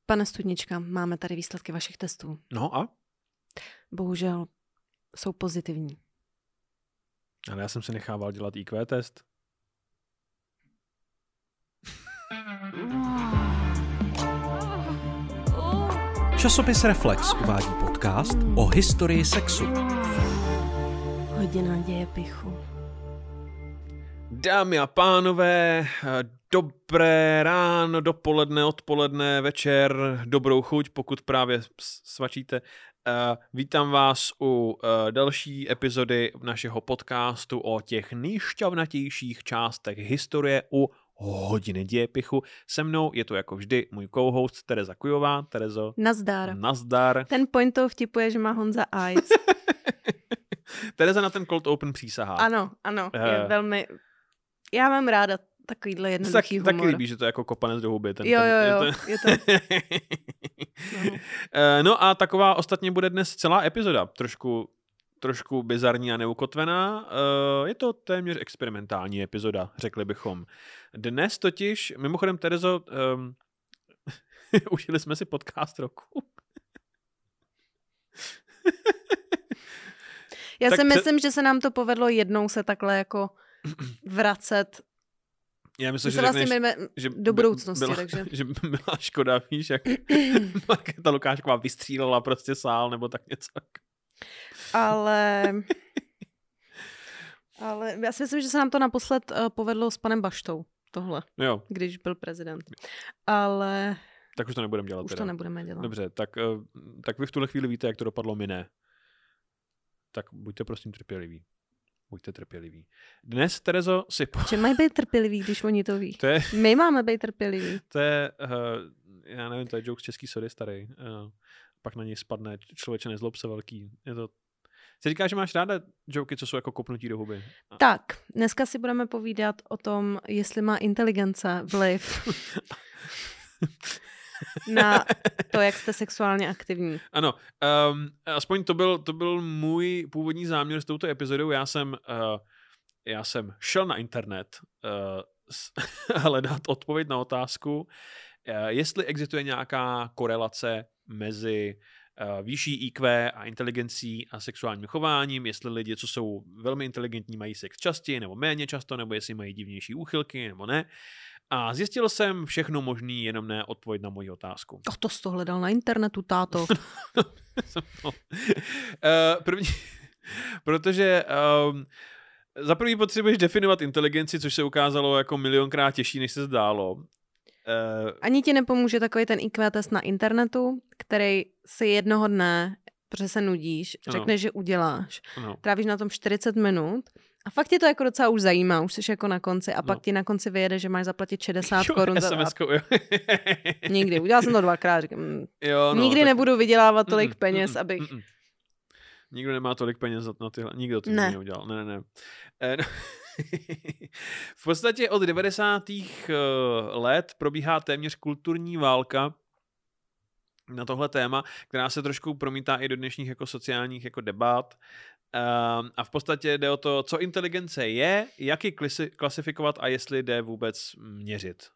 Pane Studnička, máme tady výsledky vašich testů. No a? Bohužel jsou pozitivní. Ale já jsem se nechával dělat IQ test. Časopis Reflex uvádí podcast o historii sexu. Hodina dějepichu. Dámy a pánové, dobré ráno, dopoledne, odpoledne, večer, dobrou chuť, pokud právě svačíte. Vítám vás u další epizody našeho podcastu o těch nejšťavnatějších částech historie u hodiny dějepichu. Se mnou je to jako vždy můj co-host Tereza Kujová. Terezo. Nazdar. Nazdar. Ten point toho vtipuje, že má Honza AIDS. Tereza na ten cold open přísahá. Ano, je velmi... Já mám ráda takovýhle jednoduchý humor. Taky líbí, že to je jako kopanec do huby. Jo, je to. No a taková ostatně bude dnes celá epizoda. Trošku bizarní a neukotvená. Je to téměř experimentální epizoda, řekli bychom. Dnes totiž, mimochodem Terezo, užili jsme si podcast roku. Já si myslím, že se nám to povedlo jednou se takhle jako vracet. Já myslím, že vlastně řekneš, že do budoucnosti, byla, takže. Že byla škoda, víš, jak Markéta Lukášková vystřílela prostě sál, nebo tak něco. Ale já si myslím, že se nám to naposled povedlo s panem Baštou, tohle, jo. Když byl prezident. Ale... Tak už to nebudeme dělat. Už to nebudeme dělat. Dobře, tak vy v tuhle chvíli víte, jak to dopadlo, my ne. Tak buďte prosím trpěliví. Buďte trpěliví. Dnes, Terezo, si... Že mají být trpěliví, když oni to ví. My máme být trpěliví. To je, já nevím, to je joke z český sody starý. Pak na něj spadne člověče nezlob se velký. Je to... Jsi říká, že máš ráda joky, co jsou jako kopnutí do huby. Tak, dneska si budeme povídat o tom, jestli má inteligence vliv na to, jak jste sexuálně aktivní. Ano, aspoň to byl můj původní záměr s touto epizodou. Já jsem šel na internet hledat odpověď na otázku, jestli existuje nějaká korelace mezi výšší IQ a inteligencí a sexuálním chováním, jestli lidi, co jsou velmi inteligentní, mají sex častěji nebo méně často, nebo jestli mají divnější úchylky nebo ne. A zjistil jsem všechno možný, jenom ne odpověď na moji otázku. To jsi to hledal na internetu, táto. Protože za první potřebuješ definovat inteligenci, což se ukázalo jako milionkrát těžší, než se zdálo. Ani ti nepomůže takový ten IQ test na internetu, který si jednoho dne, protože se nudíš, řekneš, že uděláš. Trávíš na tom 40 minut a fakt tě to jako docela už zajímá, už jsi jako na konci a pak ti na konci vyjede, že máš zaplatit 60 korun za Nikdy. Udělal jsem to dvakrát. Říkám, nikdy nebudu vydělávat tolik peněz, abych... Nikdo nemá tolik peněz na tyhle. Nikdo to neudělal. Ne. V podstatě od 90. let probíhá téměř kulturní válka na tohle téma, která se trošku promítá i do dnešních jako sociálních jako debat. A v podstatě jde o to, co inteligence je, jak ji klasifikovat a jestli jde vůbec měřit.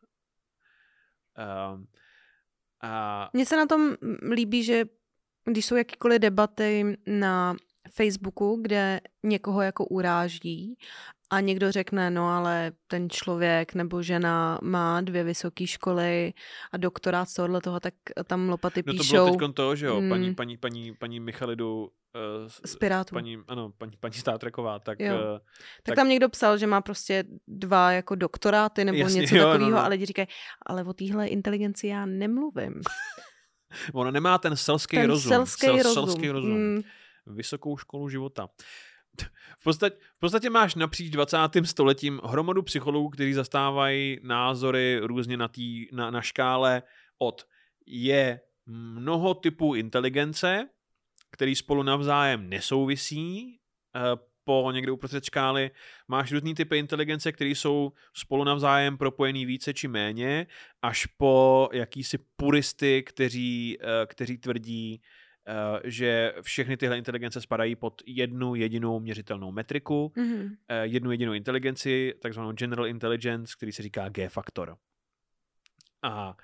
Mně se na tom líbí, že když jsou jakýkoliv debaty na Facebooku, kde někoho jako uráží a někdo řekne, no ale ten člověk nebo žena má 2 vysoké školy a doktorát z tohoto, tak tam lopaty píšou. No to bylo teďkon to, že jo, paní Michalidu z Pirátů. Paní Státreková, tak tam někdo psal, že má prostě 2 jako doktoráty nebo něco takového, a lidi říkají, ale o téhle inteligenci já nemluvím. Ona nemá ten selský rozum. Selský rozum. Vysokou školu života. V podstatě máš napříč 20. stoletím hromadu psychologů, kteří zastávají názory různě na škále od je mnoho typů inteligence, který spolu navzájem nesouvisí, po někde uprostřed škály máš různý typy inteligence, které jsou spolu navzájem propojený více či méně, až po jakýsi puristy, kteří tvrdí, že všechny tyhle inteligence spadají pod jednu jedinou měřitelnou metriku, jednu jedinou inteligenci, takzvanou general intelligence, který se říká G-faktor.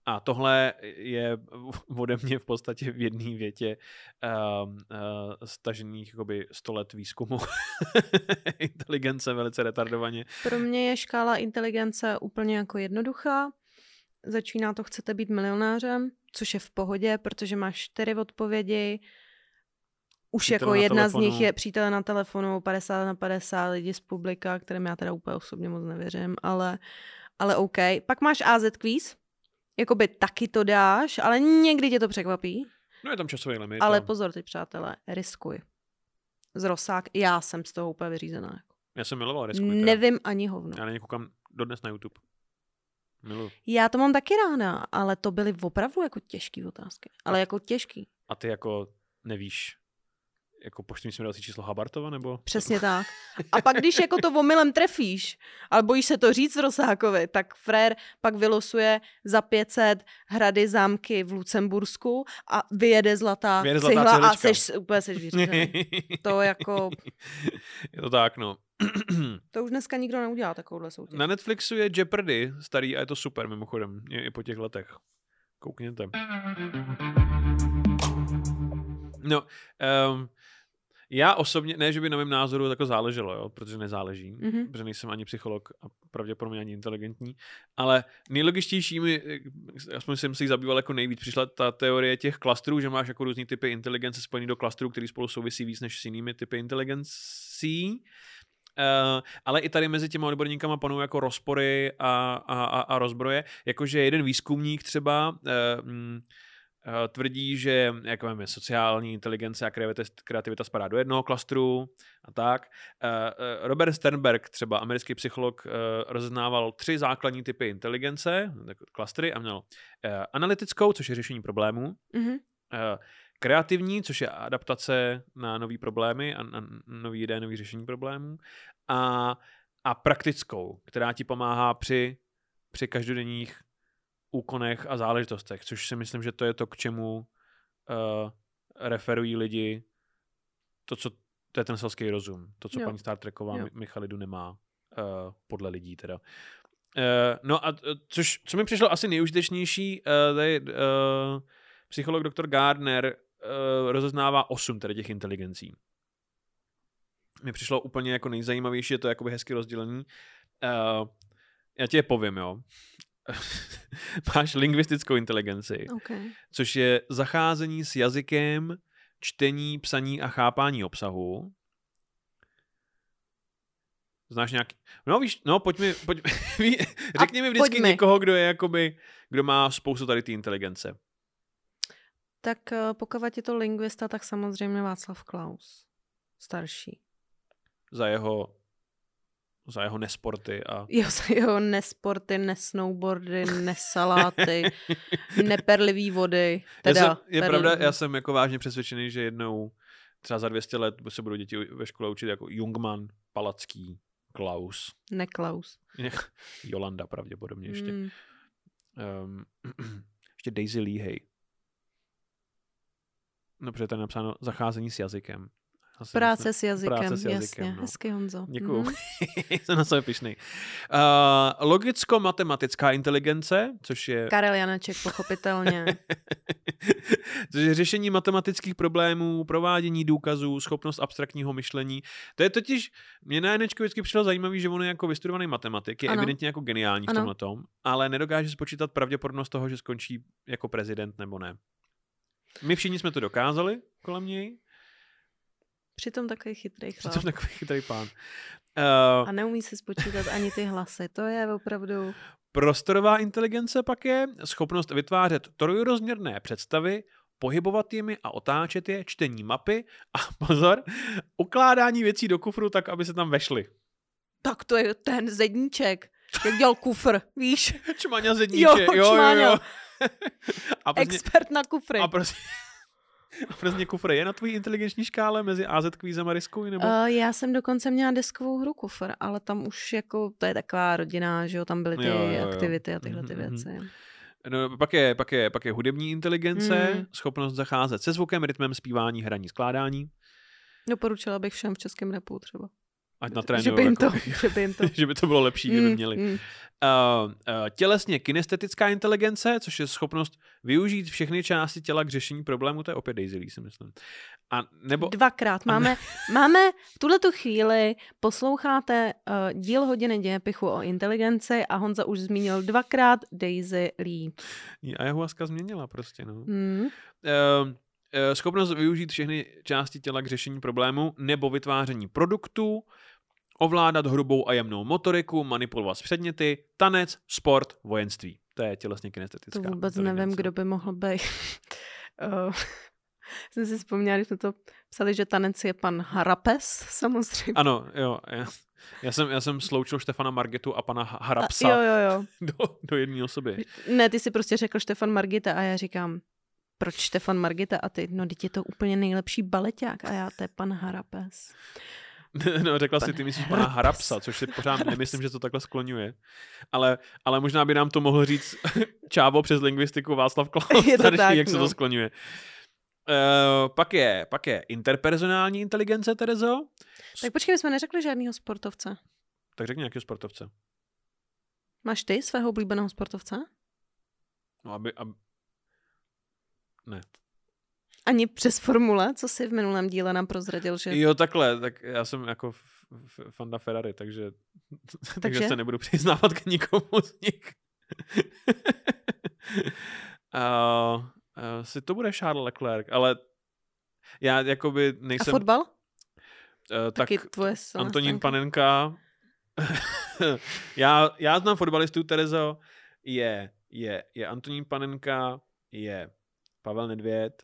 A tohle je ode mě v podstatě v jedné větě stažených 100 let výzkumu inteligence velice retardovaně. Pro mě je škála inteligence úplně jako jednoduchá. Začíná to, chcete být milionářem, což je v pohodě, protože máš 4 odpovědi. Už přítel jako jedna telefonu. Z nich je přítel na telefonu, 50/50 lidi z publika, kterým já teda úplně osobně moc nevěřím, ale OK. Pak máš AZ quiz, jakoby taky to dáš, ale někdy tě to překvapí. No je tam časový limit. Ale pozor, ty přátelé, riskuj. Z Rosák, já jsem z toho úplně vyřízená. Jako. Já jsem miloval riskuj. Nevím ani hovno. Já na ně koukám dodnes na YouTube. Miluju. Já to mám taky ráda, ale to byly opravdu jako těžký otázky. Ale jako těžký. A ty jako nevíš, jako poštovní směrovací číslo Habartova, nebo? Přesně tak. A pak, když jako to omylem trefíš, ale bojíš se to říct Rosákovi, tak frér pak vylosuje za 500 hrady, zámky v Lucembursku a vyjede zlatá cihla a úplně seš vyřízený. To jako... Je to tak, no. To už dneska nikdo neudělá takovouhle soutěž. Na Netflixu je Jeopardy starý a je to super mimochodem. I po těch letech. Koukněte. No, já osobně, ne, že by na mém názoru tako záleželo, jo, protože nezáleží, protože nejsem ani psycholog a pravděpodobně ani inteligentní, ale nejlogičtější mi, aspoň jsem si jich zabýval jako nejvíc, přišla ta teorie těch klastrů, že máš jako různý typy inteligence spojený do klastrů, který spolu souvisí víc než s jinými typy inteligencí. Ale i tady mezi těma odborníkama panují jako rozpory a rozbroje, jakože jeden výzkumník třeba tvrdí, že jako víme, sociální inteligence a kreativita spadá do jednoho klastru a tak. Robert Sternberg, třeba americký psycholog, rozeznával 3 základní typy inteligence, klastry, a měl analytickou, což je řešení problémů, kreativní, což je adaptace na nový problémy a na nový ideje, nový řešení problémů, a praktickou, která ti pomáhá při každodenních úkonech a záležitostech, což si myslím, že to je to, k čemu referují lidi, to je ten selský rozum, to, co paní Star Treková Michalidu nemá, podle lidí teda. No a co mi přišlo asi nejužitečnější, psycholog dr. Gardner rozeznává 8 tady těch inteligencí. Mi přišlo úplně jako nejzajímavější, je to jakoby hezky rozdělení. Já ti je povím, jo. Máš lingvistickou inteligenci, což je zacházení s jazykem, čtení, psaní a chápání obsahu. Znáš nějaký... No víš, no pojď řekni mi vždycky někoho, kdo je jakoby, kdo má spoustu tady té inteligence. Tak pokud je to lingvista, tak samozřejmě Václav Klaus. Starší. Za jeho nesporty a... Jo, za jeho nesporty, nesnowboardy, nesaláty, neperlivý vody. Teda je pravda, já jsem jako vážně přesvědčený, že jednou třeba za 200 let se budou děti ve škole učit jako Jungmann, Palacký, Klaus. Ne Klaus. Jolanda pravděpodobně ještě. Ještě Daisy Leahy. No, protože tady je napsáno zacházení s jazykem. Práce s jazykem, jasně. No. Hezky, Honzo. Děkuju. Jsem na sebe pyšnej. Logicko-matematická inteligence, což je... Karel Janeček, pochopitelně. Což je řešení matematických problémů, provádění důkazů, schopnost abstraktního myšlení. To je totiž, mě na Janečku vždycky přišlo zajímavý, že on je jako vystudovaný matematik, je evidentně jako geniální v tomhletom, ale nedokáže spočítat pravděpodobnost toho, že skončí jako prezident nebo ne. My všichni jsme to dokázali kolem něj. Přitom takový chytrý chlap. Přitom takový chytrý pán. A neumí si spočítat ani ty hlasy. To je opravdu... Prostorová inteligence pak je schopnost vytvářet trojrozměrné představy, pohybovat jimi a otáčet je, čtení mapy a pozor, ukládání věcí do kufru tak, aby se tam vešly. Tak to je ten zedníček, jak dělal kufr, víš? Čmáňa zedníček. Jo. Expert na kufry. A prostě kufr je na tvojí inteligenční škále mezi AZ kvízem a riskuj? Nebo? Já jsem dokonce měla deskovou hru kufr, ale tam už jako, to je taková rodina, že jo, tam byly ty aktivity a tyhle ty věci. No, pak je hudební inteligence, schopnost zacházet se zvukem, rytmem, zpívání, hraní, skládání. Doporučila bych všem v českém rapu třeba. ať natrénují. Že by to bylo lepší, kdyby měli. Tělesně kinestetická inteligence, což je schopnost využít všechny části těla k řešení problému, to je opět Daisy Lee, si myslím. Dvakrát. Máme v tuhletu chvíli, posloucháte díl Hodiny dějepichu o inteligenci a Honza už zmínil dvakrát Daisy Lee. Ayahuasca změnila prostě, no. Schopnost využít všechny části těla k řešení problému nebo vytváření produktů, ovládat hrubou a jemnou motoriku, manipulovat s předměty, tanec, sport, vojenství. To je tělesně kinestetická. To vůbec nevím, kdo by mohl být. Jsem si vzpomněla, když jsme to psali, že tanec je pan Harapes, samozřejmě. Ano, jo. Já jsem sloučil Štefana Margitu a pana Harapsa jo. do jedné osoby. Ne, ty si prostě řekl Štefan Margita a já říkám, proč Štefan Margita a ty? No, teď je to úplně nejlepší baleťák a já, to je pan Harapes. No, řekla si, ty myslíš pana Harapsa, což si pořád nemyslím, že to takhle skloňuje. Ale možná by nám to mohl říct Čávo přes lingvistiku Václav Klaus, jak se to skloňuje. Pak je interpersonální inteligence, Terezo. Tak počkej, my jsme neřekli žádnýho sportovce. Tak řekni nějakého sportovce. Máš ty svého oblíbeného sportovce? No, Ne. Ani přes formule, co jsi v minulém díle nám prozradil, že... Jo, takhle, tak já jsem jako fanda Ferrari, takže se nebudu přiznávat k nikomu z nich. Si to bude Charles Leclerc, ale já jakoby nejsem... A fotbal? Taky tvoje Antonín Panenka. já znám fotbalistů, Terezo, je Antonín Panenka, je Pavel Nedvěd,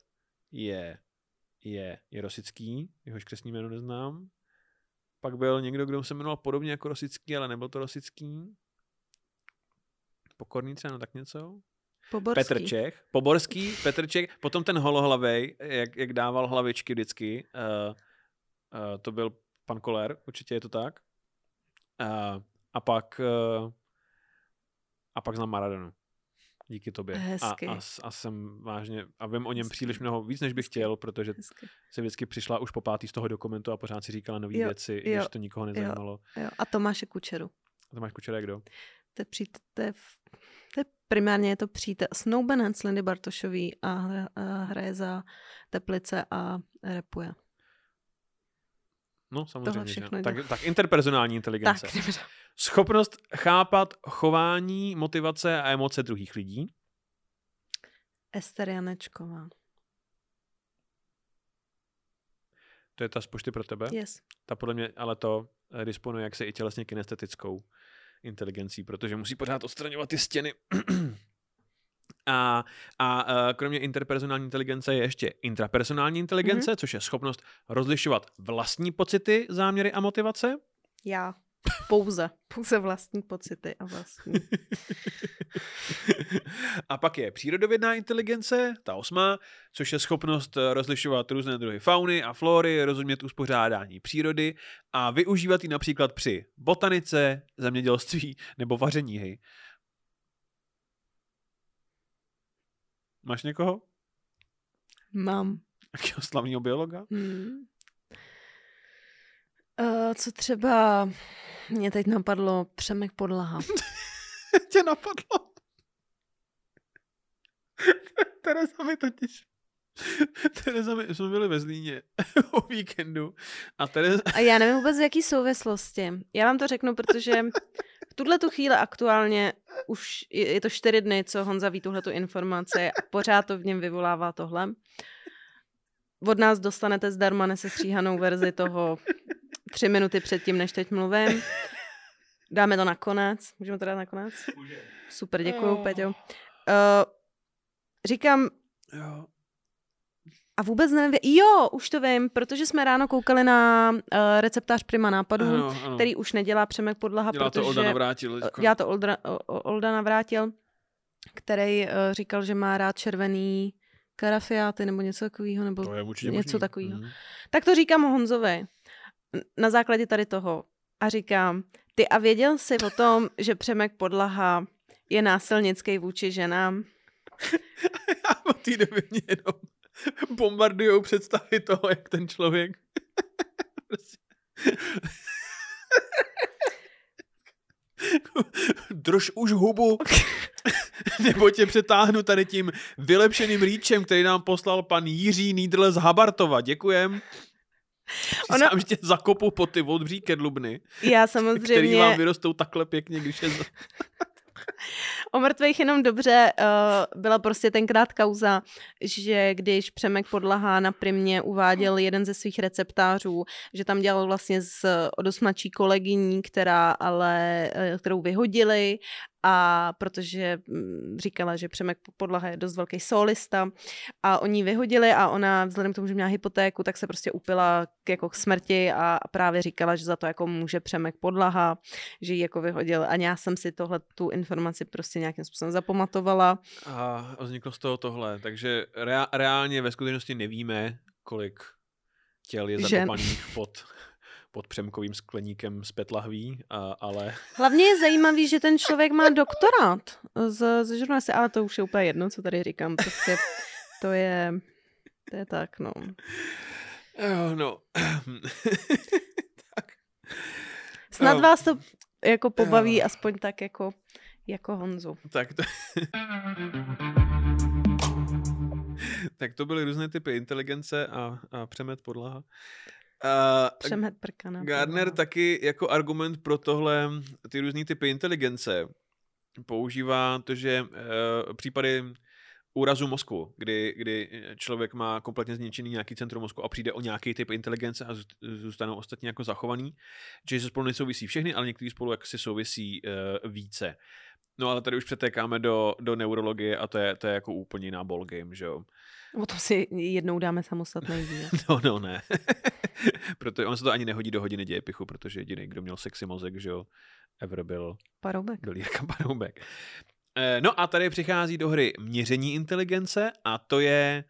je Rosický, jehož křestní jméno neznám. Pak byl někdo, kdo se jmenoval podobně jako Rosický, ale nebyl to Rosický. Pokorný třeba, no tak něco. Poborský, Petr Čech, potom ten holohlavej, jak dával hlavičky vždycky, to byl pan Koller, určitě je to tak. A pak znám Maradonu. Díky tobě. A jsem vážně, a vím o něm příliš mnoho víc, než bych chtěl, protože se vždycky přišla už po pátý z toho dokumentu a pořád si říkala nový věci, když to nikoho nezajímalo. Jo. A Tomáše Kučeru. A Tomáš Kučera je kdo? To je primárně je to přítel snoubenec Lindy Bartošový a hraje za Teplice a rapuje. No, samozřejmě. Tak interpersonální inteligence. Tak, schopnost chápat chování, motivace a emoce druhých lidí. Ester Janečková. To je ta z Pošty pro tebe? Yes. Ta podle mě, ale to disponuje jaksi i tělesně kinestetickou inteligencí, protože musí pořád odstraňovat ty stěny. A kromě interpersonální inteligence je ještě intrapersonální inteligence, což je schopnost rozlišovat vlastní pocity, záměry a motivace. Já. Pouze vlastní pocity a vlastní. A pak je přírodovědná inteligence, ta 8, což je schopnost rozlišovat různé druhy fauny a flory, rozumět uspořádání přírody a využívat ji například při botanice, zemědělství nebo vaření. Hej. Máš někoho? Mám. Jakého slavného biologa? Co třeba mě teď napadlo Přemek Podlaha. Tě napadlo? Tereza, my jsme byli ve Zlíně o víkendu. A já nevím vůbec v jaký souvislosti. Já vám to řeknu, protože v tuhletu chvíli aktuálně už je to 4 dny, co Honza ví tuhletu informaci a pořád to v něm vyvolává tohle. Od nás dostanete zdarma nesestříhanou verzi toho 3 minuty předtím, než teď mluvím. Dáme to nakonec. Můžeme to dát nakonec? Super, děkuju, Peťo. Říkám... Jo. A vůbec nevím... Jo, už to vím, protože jsme ráno koukali na receptář Prima nápadů, ano. Který už nedělá Přemek Podlaha, dělá protože... to Olda Navrátil. Dělá to Olda Navrátil, který říkal, že má rád červený karafiáty nebo něco takového, nebo něco takového. Tak to říkám Honzovi na základě tady toho a říkám, ty a věděl jsi o tom, že Přemek Podlaha je násilnický vůči ženám? Já od té doby mě jenom bombardujou představy toho, jak ten člověk Drž už hubu, nebo tě přetáhnu tady tím vylepšeným rýčem, který nám poslal pan Jiří Nídrle z Habartova. Děkujem. Sám, že tě zakopu po ty odbří kedlubny, já samozřejmě... který vám vyrostou takhle pěkně, když je... O mrtvých jenom dobře byla prostě tenkrát kauza, že když Přemek Podlaha na Primě uváděl jeden ze svých receptářů, že tam dělal vlastně s odosmladší kolegyní, kterou vyhodili, a protože říkala, že Přemek Podlaha je dost velký solista a oni ji vyhodili a ona vzhledem k tomu, že měla hypotéku, tak se prostě upila jako k smrti a právě říkala, že za to jako může Přemek Podlaha, že ji jako vyhodil a já jsem si tu informaci prostě nějakým způsobem zapamatovala. A vzniklo z toho tohle, takže reálně ve skutečnosti nevíme, kolik těl je zakopaných pod Přemkovým skleníkem z PET lahví, ale... Hlavně je zajímavý, že ten člověk má doktorát z žurnalisty, ale to už je úplně jedno, co tady říkám. Prostě to je tak, no. No. Tak. Snad vás to jako pobaví aspoň tak jako Honzu. Tak to byly různé typy inteligence a Přemet Podlaha. Přemet Prkana. Gardner taky jako argument pro tohle ty různý typy inteligence používá to, že případy úrazu mozku, kdy člověk má kompletně zničený nějaký centrum mozku a přijde o nějaký typ inteligence a zůstanou ostatní jako zachovaný, že se spolu nesouvisí všechny, ale některý spolu jaksi souvisí více. No ale tady už přetékáme do neurologie a to je jako úplně jiná ballgame, že jo. O tom si jednou dáme samostatný díl. No ne. Protože on se to ani nehodí do hodiny dějepichu, protože jediný, kdo měl sexy mozek, že jo, ever byl Jirka Paroubek. No a tady přichází do hry měření inteligence a to je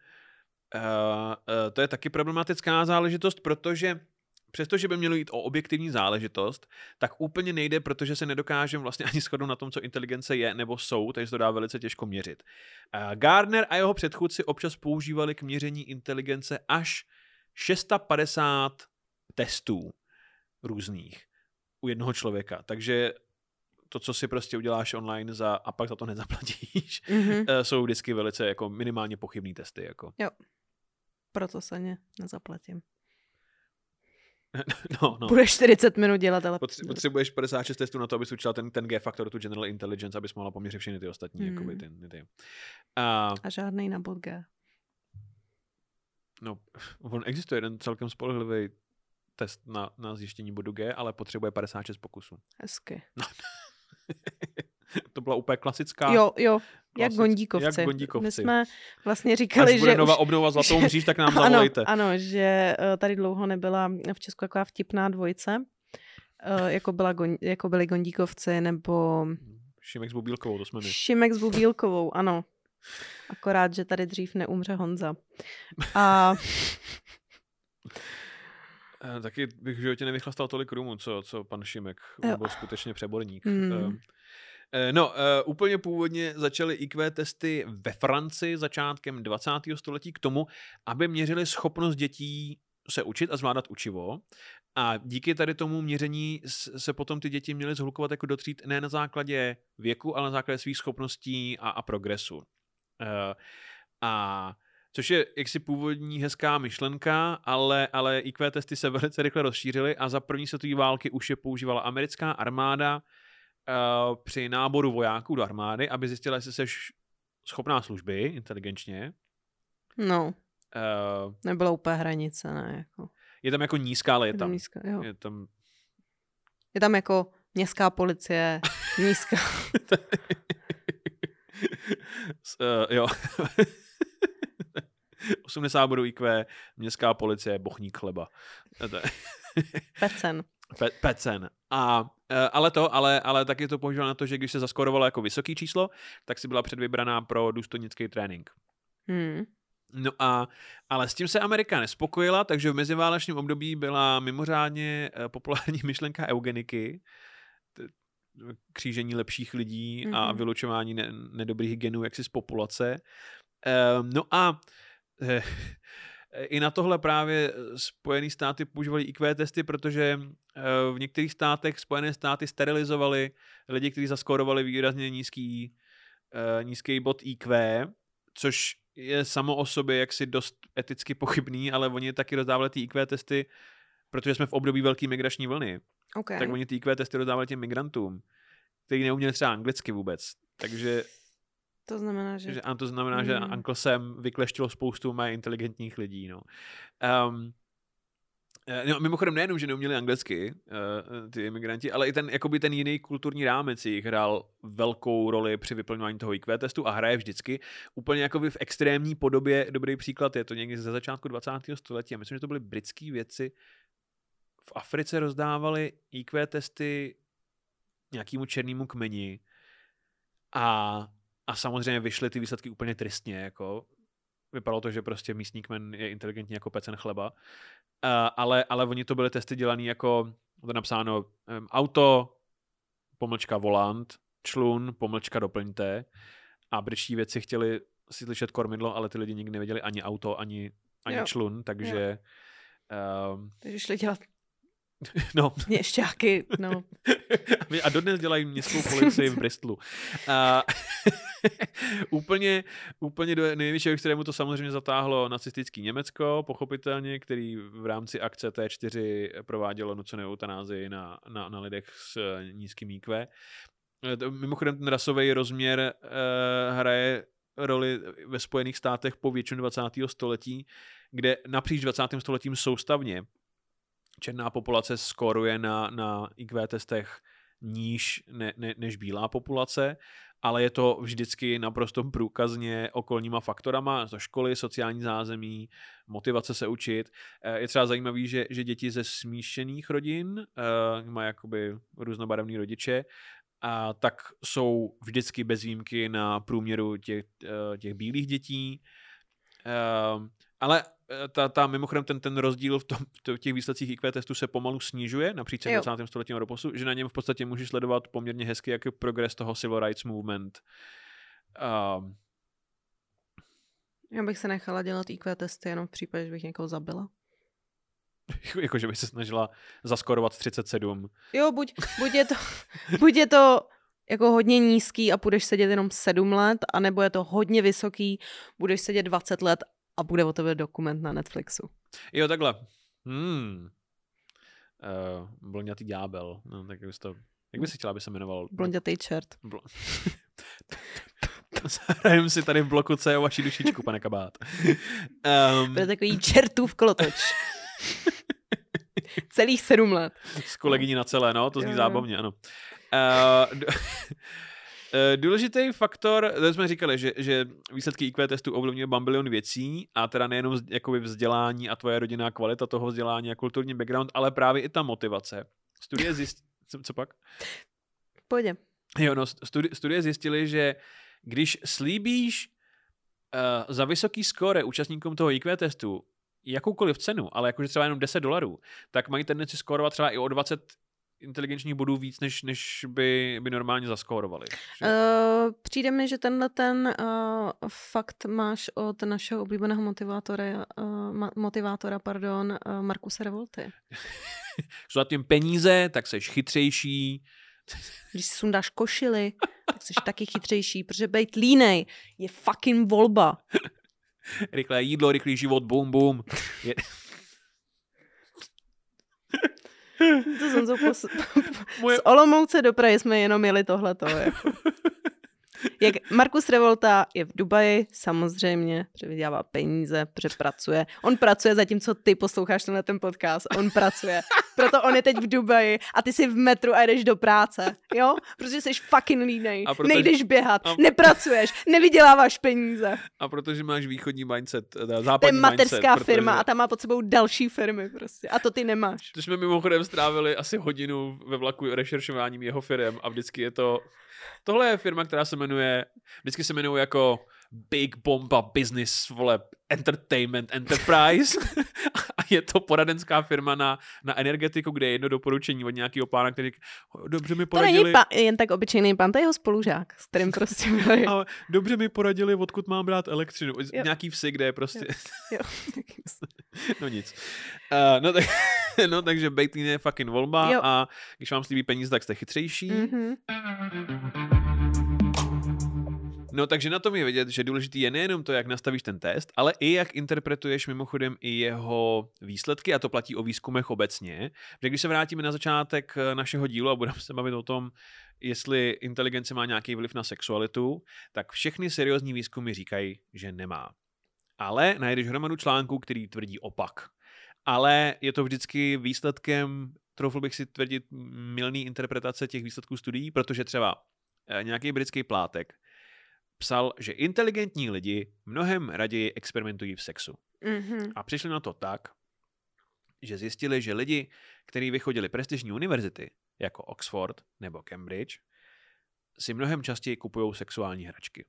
taky problematická záležitost, protože přestože by mělo jít o objektivní záležitost, tak úplně nejde, protože se nedokážeme vlastně ani shodnout na tom, co inteligence je nebo jsou, takže se to dá velice těžko měřit. Gardner a jeho předchůdci občas používali k měření inteligence až 650 testů různých u jednoho člověka. Takže to, co si prostě uděláš online a pak za to nezaplatíš, jsou vždycky velice jako minimálně pochybný testy. Jako. Jo, proto se nezaplatím. No. Budeš 40 minut dělat, ale... Potřebuješ 56 testů na to, abys učila ten G-faktor, tu general intelligence, abys mohla poměřit všechny ty ostatní. Jakoby, ty. A žádnej na bod G. No, on existuje jeden celkem spolehlivý test na zjištění bodu G, ale potřebuje 56 pokusů. Hezky. No. To byla úplně klasická... Jo. Jak Gondíkovci. My jsme vlastně říkali, až bude nová obnova Zlatou mříž, tak nám zavolejte. Ano, že tady dlouho nebyla v Česku taková vtipná dvojice, jako byli Gondíkovci, nebo... Šimek s Bubílkovou, to jsme my. Šimek s Bubílkovou, ano. Akorát, že tady dřív neumře Honza. A... Taky bych v životě nevychlastal tolik rumu, co pan Šimek. Byl skutečně přeborník. Úplně původně začaly IQ testy ve Francii začátkem 20. století k tomu, aby měřili schopnost dětí se učit a zvládat učivo. A díky tady tomu měření se potom ty děti měly zhlukovat jako do tříd ne na základě věku, ale na základě svých schopností a progresu. Což je jaksi původní hezká myšlenka, ale IQ testy se velice rychle rozšířily a za první světové války už je používala americká armáda při náboru vojáků do armády, aby zjistila, jestli jsi schopná služby inteligenčně. No. Nebyla úplně hranice, ne? Jako. Je tam jako nízká, ale je tam. Nízká, jo. Je tam jako městská policie, nízká. Jo. 80 bodů IQ, městská policie, bochník chleba. Pecen. Pecen. Ale taky to používal na to, že když se zaskorovalo jako vysoký číslo, tak si byla předvybraná pro důstojnický trénink. No ale s tím se Amerika nespokojila, takže v meziválečném období byla mimořádně populární myšlenka eugeniky, křížení lepších lidí a vylučování nedobrých genů jaksi z populace. i na tohle právě Spojené státy používaly IQ testy, protože v některých státech Spojené státy sterilizovali lidi, kteří zaskórovali výrazně nízký bod IQ, což je samo o sobě jaksi dost eticky pochybný, ale oni taky rozdávali ty IQ testy, protože jsme v období velké migrační vlny. Okay. Tak oni ty IQ testy rozdávali těm migrantům, kteří neuměli třeba anglicky vůbec. Takže to znamená, že Uncle Sam vykleštil spoustu méně inteligentních lidí. No. Mimochodem nejenom, že neuměli anglicky ty imigranti, ale i ten jiný kulturní rámec jich hrál velkou roli při vyplňování toho IQ testu a hraje vždycky. Úplně jakoby v extrémní podobě, dobrý příklad je to někdy ze začátku 20. století. A myslím, že to byly britský vědci. V Africe rozdávali IQ testy nějakému černému kmeni a samozřejmě vyšly ty výsledky úplně tristně. Jako. Vypadalo to, že prostě místní kmen je inteligentní jako pecen chleba. Ale oni to byly testy dělaný jako, to napsáno auto, pomlčka volant, člun, pomlčka doplňte. A britští vědci chtěli si slyšet kormidlo, ale ty lidi nikdy nevěděli ani auto, ani člun, takže... Takže šli dělat no. měšťáky, no. A dodnes dělají městskou policii v Bristolu. Úplně do největšího extrému to samozřejmě zatáhlo nacistický Německo, pochopitelně, který v rámci akce T4 provádělo nucenou eutanázii na lidech s nízkým IQ. Mimochodem ten rasový rozměr hraje roli ve Spojených státech po většinu 20. století, kde napříč 20. stoletím soustavně černá populace skóruje na IQ testech níž než bílá populace, ale je to vždycky naprosto průkazně okolníma faktorama, to školy, sociální zázemí, motivace se učit. Je třeba zajímavý, že děti ze smíšených rodin mají jakoby různobarevný rodiče, tak jsou vždycky bez výjimky na průměru těch bílých dětí. Ale mimochodem ten rozdíl v těch výsledcích IQ testu se pomalu snižuje napříč 20. stoletím doposu, že na něm v podstatě můžeš sledovat poměrně hezky jaký progres toho civil rights movement. Já bych se nechala dělat IQ testy jenom v případě, že bych někoho zabila. Jako, že bych se snažila zaskorovat 37. Jo, buď je to jako hodně nízký a budeš sedět jenom 7 let, anebo je to hodně vysoký, budeš sedět 20 let a bude o tebe dokument na Netflixu. Jo, takhle. Blondětý ďábel. No, tak jak bys si chtěla, aby se jmenoval? Blondětý čert. Zahrajeme si tady v bloku C o vaši dušičku, pane kabát. Bude takový čertův kolotoč. Celých 7 let. S kolegyní na celé, no, to zní zábavně, ano. Důležitý faktor, to jsme říkali, že výsledky IQ testu ovlivňuje bambilion věcí a teda nejenom jakoby vzdělání a tvoje rodinná kvalita toho vzdělání a kulturní background, ale právě i ta motivace. Studie zjistily... Co pak? Pojďme. Jo, no, studie zjistily, že když slíbíš za vysoký skóre účastníkům toho IQ testu jakoukoliv cenu, ale jakože třeba jenom $10, tak mají tendenci skórovat třeba i o 20 inteligenčních bodů víc, než by normálně zaskórovali. Přijde mi, že ten fakt máš od našeho oblíbeného motivátora, Markuse Revolty. Jsou za tím peníze, tak seš chytřejší. Když si sundáš košily, tak seš taky chytřejší, protože bejt línej je fucking volba. Rychlé jídlo, rychlý život, boom, boom. To jsem z Olomouce do Prahy jsme jenom jeli tohleto. Jako. Jak Markus Revolta je v Dubaji, samozřejmě, protože vydělává peníze, protože pracuje. On pracuje zatímco ty posloucháš ten podcast. On pracuje. Proto on je teď v Dubaji a ty jsi v metru a jdeš do práce. Jo? Protože jsi fucking línej. Nejdeš běhat, nepracuješ, nevyděláváš peníze. A protože máš východní mindset, západní mindset. To je mateřská firma a ta má pod sebou další firmy prostě. A to ty nemáš. To jsme mimochodem strávili asi hodinu ve vlaku rešeršováním jeho firem a vždycky je to... Tohle je firma, která se jmenuje, vždycky se jmenuje jako Big Bomba Business, vole, Entertainment Enterprise. A je to poradenská firma na energetiku, kde je jedno doporučení od nějakého pána, který dobře mi poradili... To není jen tak obyčejný pán, to je jeho spolužák, s kterým prostě byli. Ale dobře mi poradili, odkud mám brát elektřinu. Nějaký vsi, kde je prostě... Jo. No nic. Takže bejtlín je fucking volba a když vám slíbí peníze, tak jste chytřejší. Mm-hmm. No takže na tom je vidět, že důležitý je nejenom to, jak nastavíš ten test, ale i jak interpretuješ mimochodem i jeho výsledky, a to platí o výzkumech obecně. Že když se vrátíme na začátek našeho dílu a budeme se bavit o tom, jestli inteligence má nějaký vliv na sexualitu, tak všechny seriózní výzkumy říkají, že nemá. Ale najdeš hromadu článků, který tvrdí opak. Ale je to vždycky výsledkem, troufl bych si tvrdit, mylný interpretace těch výsledků studií, protože třeba nějaký britský plátek psal, že inteligentní lidi mnohem raději experimentují v sexu. Mm-hmm. A přišli na to tak, že zjistili, že lidi, kteří vychodili prestižní univerzity, jako Oxford nebo Cambridge, si mnohem častěji kupují sexuální hračky.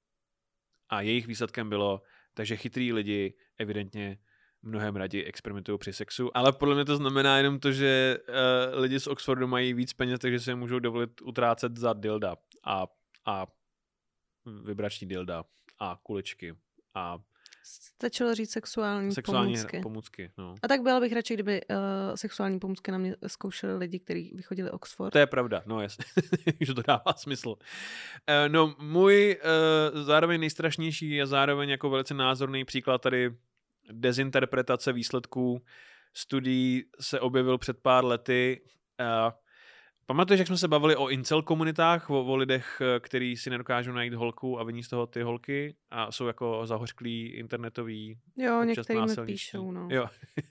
A jejich výsledkem bylo, takže chytrý lidi evidentně mnohem raději experimentují při sexu, ale podle mě to znamená jenom to, že lidi z Oxfordu mají víc peněz, takže si je můžou dovolit utrácet za dilda a vibrační dilda a kuličky a stačilo říct sexuální pomůcky. No. A tak byla bych radši, kdyby sexuální pomůcky na mě zkoušeli lidi, kteří vychodili Oxford. To je pravda, no jasně, že to dává smysl. No můj zároveň nejstrašnější a zároveň jako velice názorný příklad tady dezinterpretace výsledků studií se objevil před pár lety. Pamatuješ, jak jsme se bavili o incel komunitách, o lidech, kteří si nedokážou najít holku a viní z toho ty holky a jsou jako zahořklí internetový. Jo, některý mi píšou, no. Jo.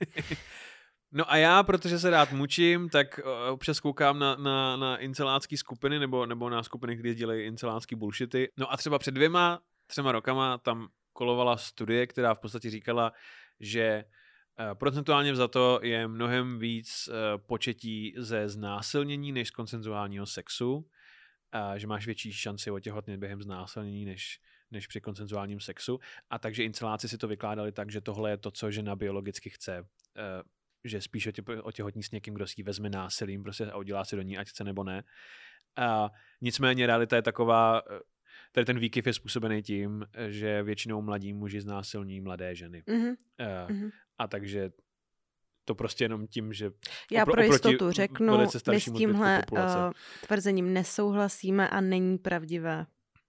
No a já, protože se rád mučím, tak občas koukám na incelácký skupiny nebo na skupiny, které dělají incelácký bullshity. No a třeba před 2-3 rokama tam kolovala studie, která v podstatě říkala, že procentuálně vzato je mnohem víc početí ze znásilnění než z konsenzuálního sexu, že máš větší šanci otěhotnět během znásilnění než při konsenzuálním sexu. A takže inceláci si to vykládali tak, že tohle je to, co žena biologicky chce, že spíš otěhotní s někým, kdo si ji vezme násilím prostě a udělá si do ní, ať chce nebo ne. Nicméně realita je taková, tady ten výkyv je způsobený tím, že většinou mladí muži znásilní mladé ženy. Mm-hmm. A takže to prostě jenom tím, že já pro jistotu řeknu, my s tímhle tvrzením nesouhlasíme a není pravdivé.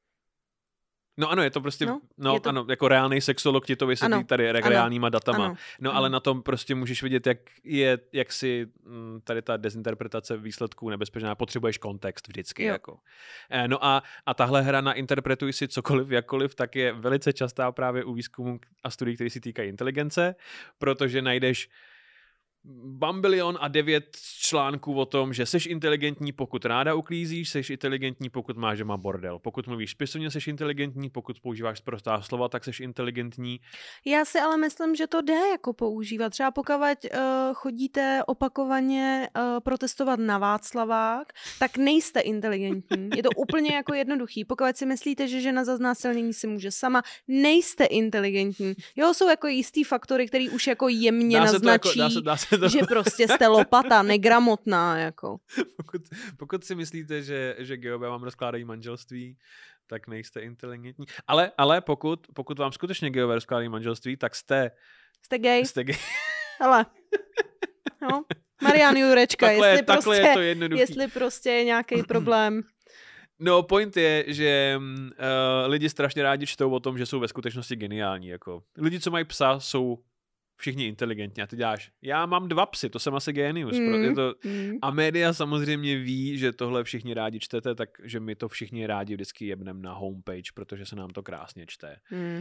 No ano, je to prostě, ano, jako reálný sexolog ti to vysvětlí tady reálnýma datama. Ale na tom prostě můžeš vidět, jak si tady ta dezinterpretace výsledků nebezpečná, potřebuješ kontext vždycky. Jako. No a tahle hra na interpretuj si cokoliv, jakkoliv, tak je velice častá právě u výzkumů a studií, které se týkají inteligence, protože najdeš bambilion a 9 článků o tom, že seš inteligentní, pokud ráda uklízíš, seš inteligentní, pokud máš doma bordel. Pokud mluvíš spisovně, seš inteligentní, pokud používáš sprostá slova, tak seš inteligentní. Já si ale myslím, že to jde jako používat. Třeba pokud chodíte opakovaně protestovat na Václavák, tak nejste inteligentní. Je to úplně jako jednoduchý. Pokud si myslíte, že žena za znásilnění si může sama, nejste inteligentní. Jo, jsou jako jistý faktory, který už jako jemně naznačí, že prostě jste lopata, negramotná, jako. Pokud si myslíte, že geové vám rozkládají manželství, tak nejste inteligentní. Ale pokud vám skutečně geové rozkládají manželství, tak jste gay. Hele. No. Marian Jurečka, jestli prostě je nějaký problém. No, point je, že lidi strašně rádi čtou o tom, že jsou ve skutečnosti geniální. Jako. Lidi, co mají psa, jsou všichni inteligentní a ty děláš, já mám 2 psy, to jsem asi génius. A média samozřejmě ví, že tohle všichni rádi čtete, takže my to všichni rádi vždycky jebneme na homepage, protože se nám to krásně čte.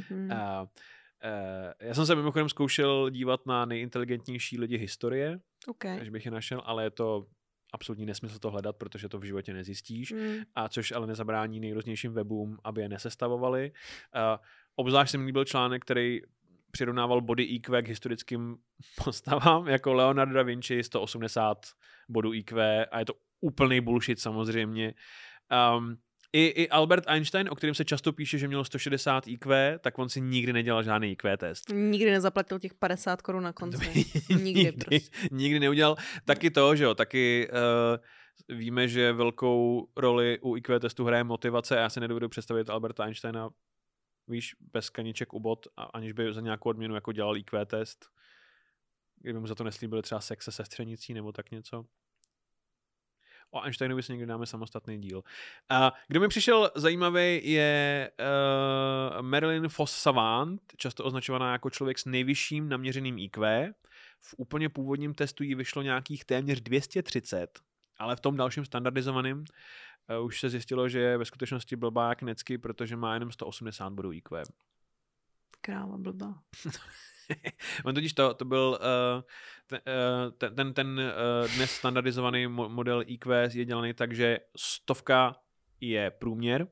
Já jsem se mimochodem zkoušel dívat na nejinteligentnější lidi historie, až bych je našel, ale je to absolutní nesmysl to hledat, protože to v životě nezjistíš, a což ale nezabrání nejrůznějším webům, aby je nesestavovali. Obzvlášť se mi líbil článek, který přirovnával body IQ k historickým postavám, jako Leonardo da Vinci 180 bodů IQ a je to úplný bullshit samozřejmě. I Albert Einstein, o kterém se často píše, že měl 160 IQ, tak on si nikdy nedělal žádný IQ test. Nikdy nezaplatil těch 50 korun na konci. Nikdy neudělal. Taky to, že jo, taky víme, že velkou roli u IQ testu hraje motivace a já si nedovedu představit Alberta Einsteina, víš, bez kaniček u bot, aniž by za nějakou odměnu jako dělal IQ test. Kdyby mu za to neslíbili třeba sex se sestřenicí nebo tak něco. O Einsteinovi si někdy dáme samostatný díl. Kdo mi přišel zajímavý je Marilyn Foss Savant, často označovaná jako člověk s nejvyšším naměřeným IQ. V úplně původním testu jí vyšlo nějakých téměř 230, ale v tom dalším standardizovaném už se zjistilo, že je ve skutečnosti blbá jak necky, protože má jenom 180 bodů IQ. Kráva blbá. On totiž to byl ten dnes standardizovaný model IQ je dělaný tak, že 100 je průměr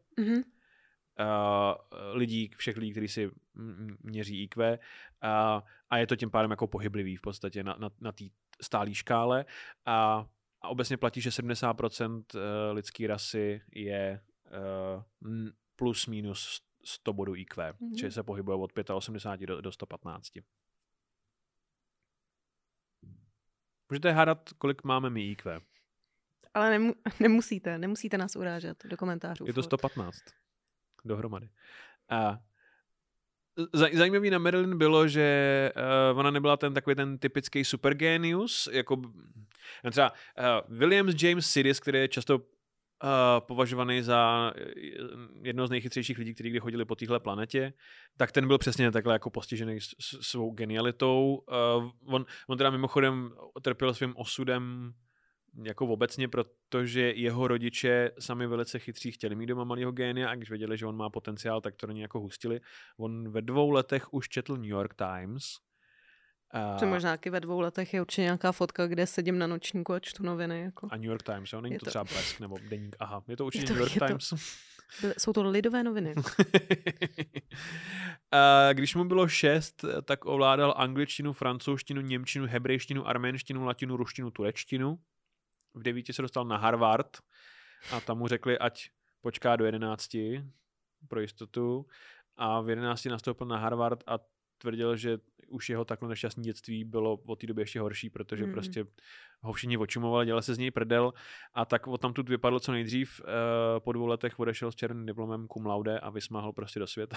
lidí, všech lidí, kteří si měří IQ a je to tím pádem jako pohyblivý v podstatě na té stálé škále a obecně platí, že 70% lidské rasy je plus minus 100 bodů IQ, čili se pohybuje od 85 do 115. Můžete hádat, kolik máme my IQ. Ale nemusíte nás urážet do komentářů. Je to 115 dohromady. Zajímavý na Marilyn bylo, že ona nebyla takový ten typický supergenius, jako třeba William James Sidis, který je často považovaný za jednoho z nejchytřejších lidí, kteří kdy chodili po téhle planetě, tak ten byl přesně takhle jako postižený svou genialitou. On teda mimochodem trpěl svým osudem jako obecně, protože jeho rodiče sami velice chytří chtěli mít doma malýho génia a když věděli, že on má potenciál, tak to do něj jako hustili. On ve 2 letech už četl New York Times. Co možná ve 2 letech je určitě nějaká fotka, kde sedím na nočníku a čtu noviny. Jako. A New York Times, jo? Není to třeba Blesk nebo Deník. Aha, je to určitě New York Times. Jsou to lidové noviny. Když mu bylo 6, tak ovládal angličtinu, francouzštinu, němčinu, hebrejštinu, arménštinu, latinu, ruštinu, turečtinu. V 9 se dostal na Harvard a tam mu řekli, ať počká do 11 pro jistotu. A v 11 nastoupil na Harvard a tvrdil, že už jeho takhle nešťastné dětství bylo od té doby ještě horší, protože prostě ho všichni očumovali, dělali se z něj prdel a tak odtamtud vypadlo co nejdřív. Po 2 letech odešel s černým diplomem cum laude a vysmáhl prostě do světa.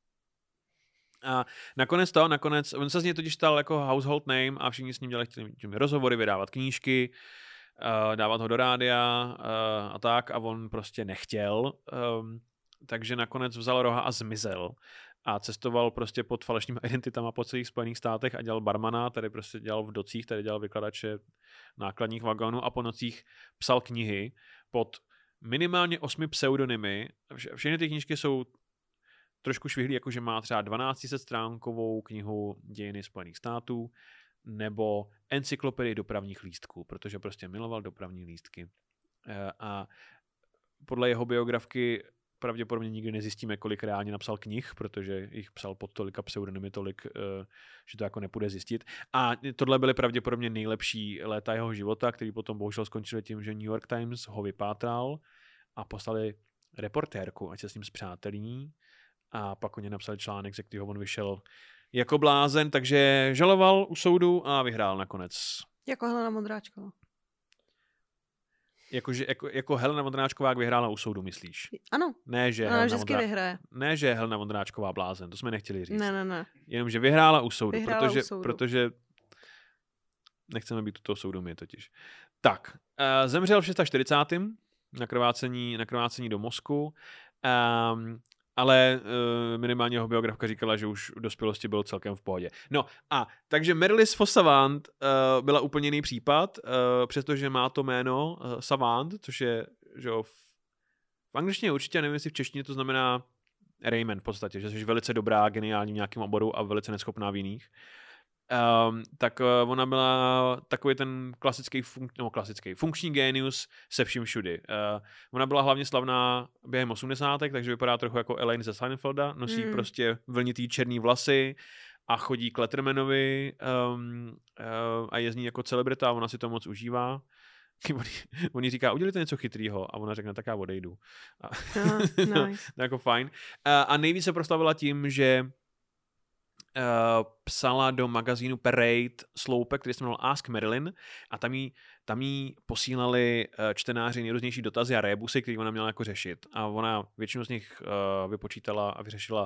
A nakonec, on se z něj totiž stal jako household name a všichni s ním dělali rozhovory, vydávat knížky, dávat ho do rádia a tak a on prostě nechtěl, takže nakonec vzal roha a zmizel. A cestoval prostě pod falešnými identitama po celých Spojených státech a dělal barmana, tady prostě dělal v docích, tady dělal vykladače nákladních vagonů a po nocích psal knihy pod minimálně 8 pseudonymy. Všechny ty knížky jsou trošku švihlý, jakože má třeba 1200 stránkovou knihu Dějiny Spojených států nebo encyklopedii dopravních lístků, protože prostě miloval dopravní lístky. A podle jeho biografky pravděpodobně nikdy nezjistíme, kolik reálně napsal knih, protože jich psal pod tolika pseudonymy tolik, že to jako nepůjde zjistit. A tohle byly pravděpodobně nejlepší léta jeho života, který potom bohužel skončili tím, že New York Times ho vypátral a poslali reportérku, ať se s ním zpřátelí. A pak o ně napsali článek, ze kterého on vyšel jako blázen, takže žaloval u soudu a vyhrál nakonec. Jako Helena Vondráčková. Jako Helena Vondráčková, jak vyhrála u soudu, myslíš? Ano. Ne, že Helena Vondráčková blázen, to jsme nechtěli říct. Ne. Jenom, že vyhrála u soudu, protože nechceme být u toho soudu my totiž. Tak, zemřel v 640. na krvácení do mozku, ale minimálně jeho biografka říkala, že už v dospělosti byl celkem v pohodě. No a takže Marilyn Foss Savant byla úplně jiný případ, přestože má to jméno Savant, což je, že v angličtině určitě, nevím, jestli v češtině to znamená Raymond v podstatě, že jsi velice dobrá, geniální v nějakém oboru a velice neschopná v jiných. Tak ona byla takový ten funkční genius se vším všudy. Ona byla hlavně slavná během 80. takže vypadá trochu jako Elaine ze Seinfelda, nosí prostě vlnitý černý vlasy a chodí k Lettermanovi a je z ní jako celebrita a ona si to moc užívá. On jí říká, udělejte něco chytrýho a ona řekne, tak já odejdu. Nice. To jako fajn. A nejvíc se proslavila tím, že psala do magazínu Parade sloupek, který se jmenoval Ask Marilyn a tam jí posílali čtenáři nejrůznější dotazy a rébusy, které ona měla jako řešit. A ona většinu z nich vypočítala a vyřešila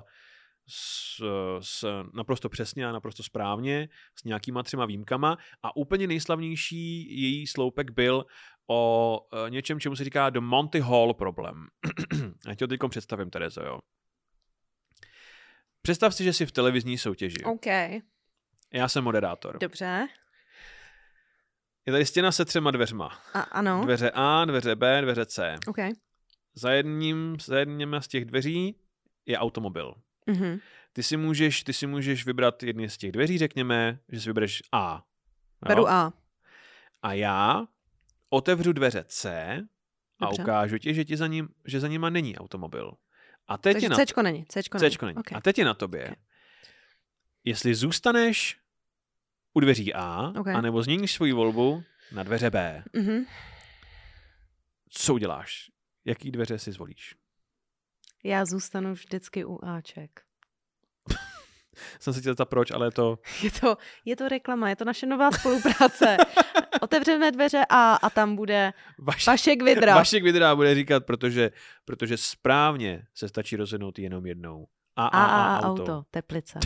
naprosto přesně a naprosto správně, s nějakýma 3 výjimkama. A úplně nejslavnější její sloupek byl o něčem, čemu se říká The Monty Hall Problem. Já ti to teď představím, Terezo, jo. Představ si, že jsi v televizní soutěži. OK. Já jsem moderátor. Dobře. Je tady stěna se 3 dveřma. Ano. Dveře A, dveře B, dveře C. OK. Za jedním z těch dveří je automobil. Mm-hmm. Ty si můžeš vybrat jedny z těch dveří, řekněme, že si vybereš A. Jo? Beru A. A já otevřu dveře C a Dobře. ukážu ti, že za nima není automobil. A teď takže Cčko není. Okay. A teď je na tobě. Okay. Jestli zůstaneš u dveří A, anebo změníš svoji volbu na dveře B. Mm-hmm. Co uděláš? Jaký dveře si zvolíš? Já zůstanu vždycky u Aček. Jsem se chtěl zeptat proč, ale Je to reklama, je to naše nová spolupráce. Otevřeme dveře a tam bude Vašek Vidra. Vašek Vidra bude říkat, protože správně se stačí rozhodnout jenom jednou. A auto. Teplice.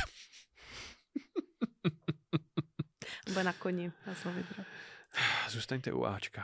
Bude na koni. Zůstaňte u Ačka.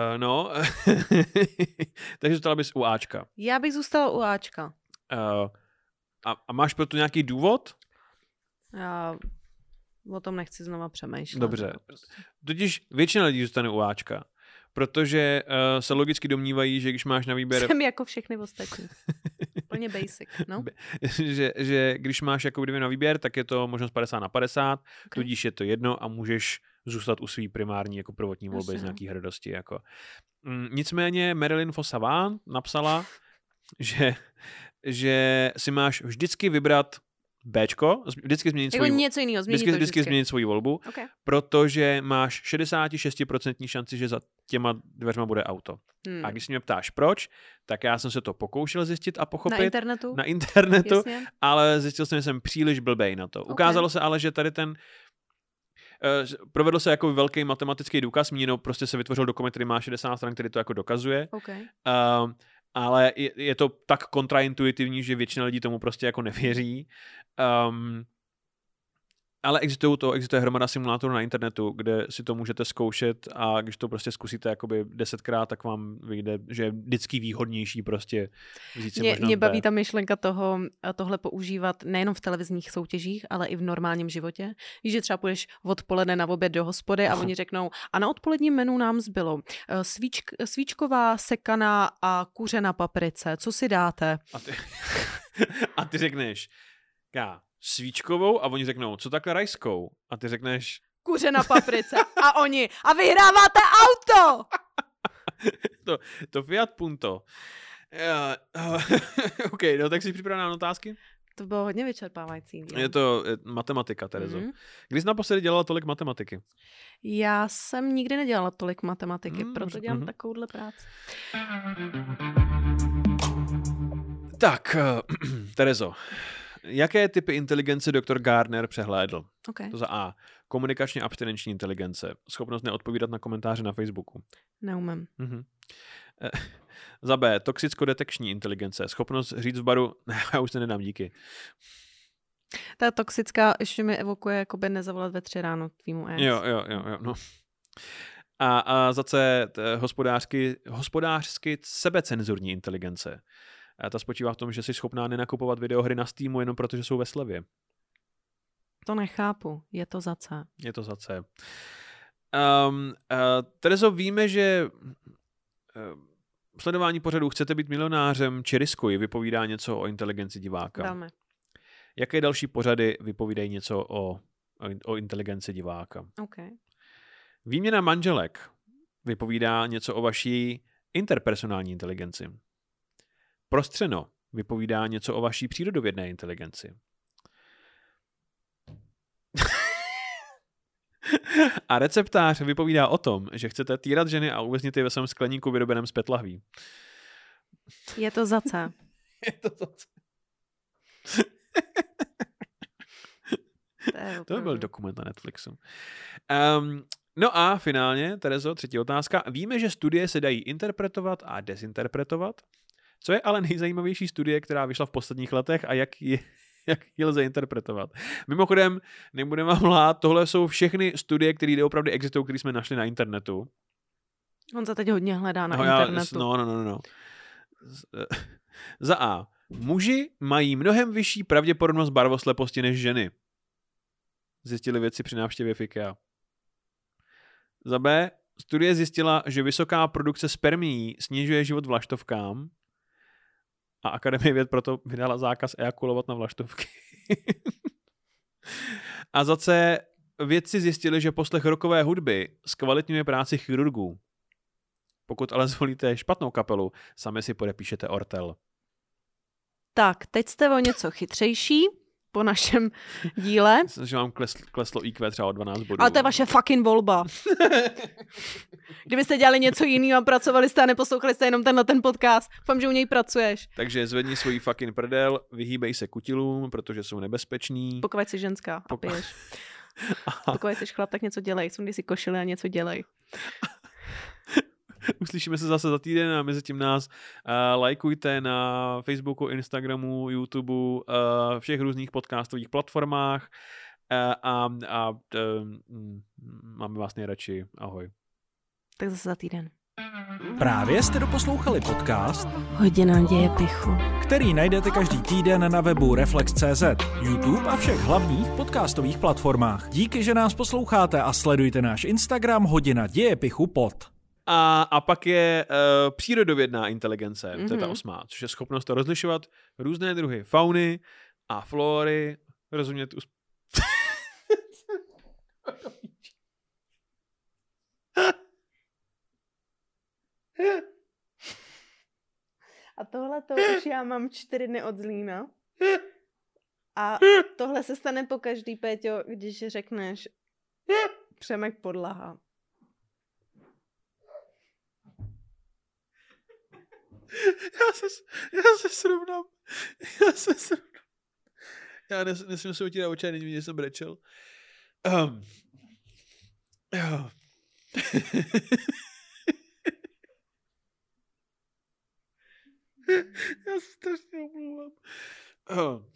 Takže zůstala bys u Ačka. Já bych zůstala u Ačka. A máš pro to nějaký důvod? Já o tom nechci znova přemýšlet. Dobře. Totiž většina lidí zůstane u Ačka, protože se logicky domnívají, že když máš na výběr... Jsem jako všechny ostatní. Plně basic, no? že když máš jako kdyby na výběr, tak je to možnost 50/50, tudíž je to jedno a můžeš zůstat u svý primární jako prvotní volby z nějaký hrdosti. Jako. Nicméně Marilyn Fossavant napsala, že si máš vždycky vybrat Bčko, vždycky změnit jako něco jiného, vždycky změnit svoji volbu, protože máš 66% šanci, že za těma dveřma bude auto. A když se mě ptáš proč, tak já jsem se to pokoušel zjistit a pochopit. Na internetu, jasně. Ale zjistil jsem, že jsem příliš blbej na to. Ukázalo se ale, že tady ten provedl se jako velký matematický důkaz, míněno prostě se vytvořil dokument, který má 60 stran, který to jako dokazuje. Ale je to tak kontraintuitivní, že většina lidí tomu prostě jako nevěří. Ale existuje hromada simulátorů na internetu, kde si to můžete zkoušet a když to prostě zkusíte jakoby 10krát, tak vám vyjde, že je vždycky výhodnější prostě vzít si možnost Mě baví ta myšlenka tohle používat nejenom v televizních soutěžích, ale i v normálním životě. Víš, že třeba půjdeš odpoledne na oběd do hospody a oni řeknou, a na odpoledním menu nám zbylo svíčková, sekaná a kuře na paprice. Co si dáte? A ty řekneš, svíčkovou a oni řeknou, co takhle rajskou? A ty řekneš... Kuře na paprice. A oni, a vyhráváte auto! to Fiat Punto. OK, no tak jsi připravená na otázky? To bylo hodně vyčerpávající. Je to matematika, Terezo. Kdy jsi naposledy dělala tolik matematiky? Já jsem nikdy nedělala tolik matematiky, proto dělám takovouhle práci. Tak, Terezo, jaké typy inteligence doktor Gardner přehlédl? To za A. Komunikačně abstinenční inteligence. Schopnost neodpovídat na komentáře na Facebooku. Neumím. Za B. Toxicko-detekční inteligence. Schopnost říct v baru, já už se nedám, díky. Ta toxická ještě mi evokuje jakoby nezavolat ve 3 ráno tvýmu ex. Jo, no. A za C. Hospodářsky sebecenzurní inteligence. A ta spočívá v tom, že jsi schopná nenakupovat videohry na Steamu jenom proto, že jsou ve slevě. To nechápu. Je to za C. Je to za C. Terezo, víme, že sledování pořadu Chcete být milionářem či Riskuj vypovídá něco o inteligenci diváka. Dáme. Jaké další pořady vypovídají něco o inteligenci diváka? Výměna manželek vypovídá něco o vaší interpersonální inteligenci. Prostřeno vypovídá něco o vaší přírodovědné inteligenci. A receptář vypovídá o tom, že chcete týrat ženy a uvěznit je ve svém skleníku vyrobeném z PET lahví. Je to za C. Je to za C. To by byl dokument na Netflixu. No a finálně, Terezo, třetí otázka. Víme, že studie se dají interpretovat a dezinterpretovat. Co je ale nejzajímavější studie, která vyšla v posledních letech a jak ji lze interpretovat? Mimochodem, nebudeme vám lhát, tohle jsou všechny studie, které opravdu existují, které jsme našli na internetu. On se teď hodně hledá na internetu. No. Za A. Muži mají mnohem vyšší pravděpodobnost barvosleposti než ženy. Zjistili vědci při návštěvě v IKEA. Za B. Studie zjistila, že vysoká produkce spermií snižuje život vlaštovkám a Akademie věd proto vydala zákaz ejakulovat na vlaštovky. A za C. Vědci zjistili, že poslech rockové hudby zkvalitňuje práci chirurgů. Pokud ale zvolíte špatnou kapelu, sami si podepíšete ortel. Tak, teď jste o něco chytřejší po našem díle. Myslím, že vám kleslo IQ třeba o 12 bodů. Ale to je vaše fucking volba. Kdybyste dělali něco jiného a pracovali jste a neposlouchali jste jenom ten podcast, doufám, že u něj pracuješ. Takže zvedni svůj fucking prdel, vyhýbej se kutilům, protože jsou nebezpeční. Pokud jsi ženská a piješ. Pokud jsi chlap, tak něco dělej. Sundej si košile a něco dělej. Uslyšíme se zase za týden a mezi tím nás lajkujte na Facebooku, Instagramu, YouTubeu, všech různých podcastových platformách a máme vás nejradši. Ahoj. Tak zase za týden. Právě jste doposlouchali podcast Hodina dějepichu, který najdete každý týden na webu Reflex.cz, YouTube a všech hlavních podcastových platformách. Díky, že nás posloucháte a sledujte náš Instagram Hodina dějepichu pod. A pak je přírodovědná inteligence, to je ta 8, což je schopnost rozlišovat různé druhy fauny a flory, rozumět A tohle to už já mám 4 dny od Zlína. A tohle se stane po každý, Péťo, když řekneš Přemek Podlaha. Já se srovnám. Já nesmím se utírat oči, není, že jsem brečel. Já se strašně omlouvám.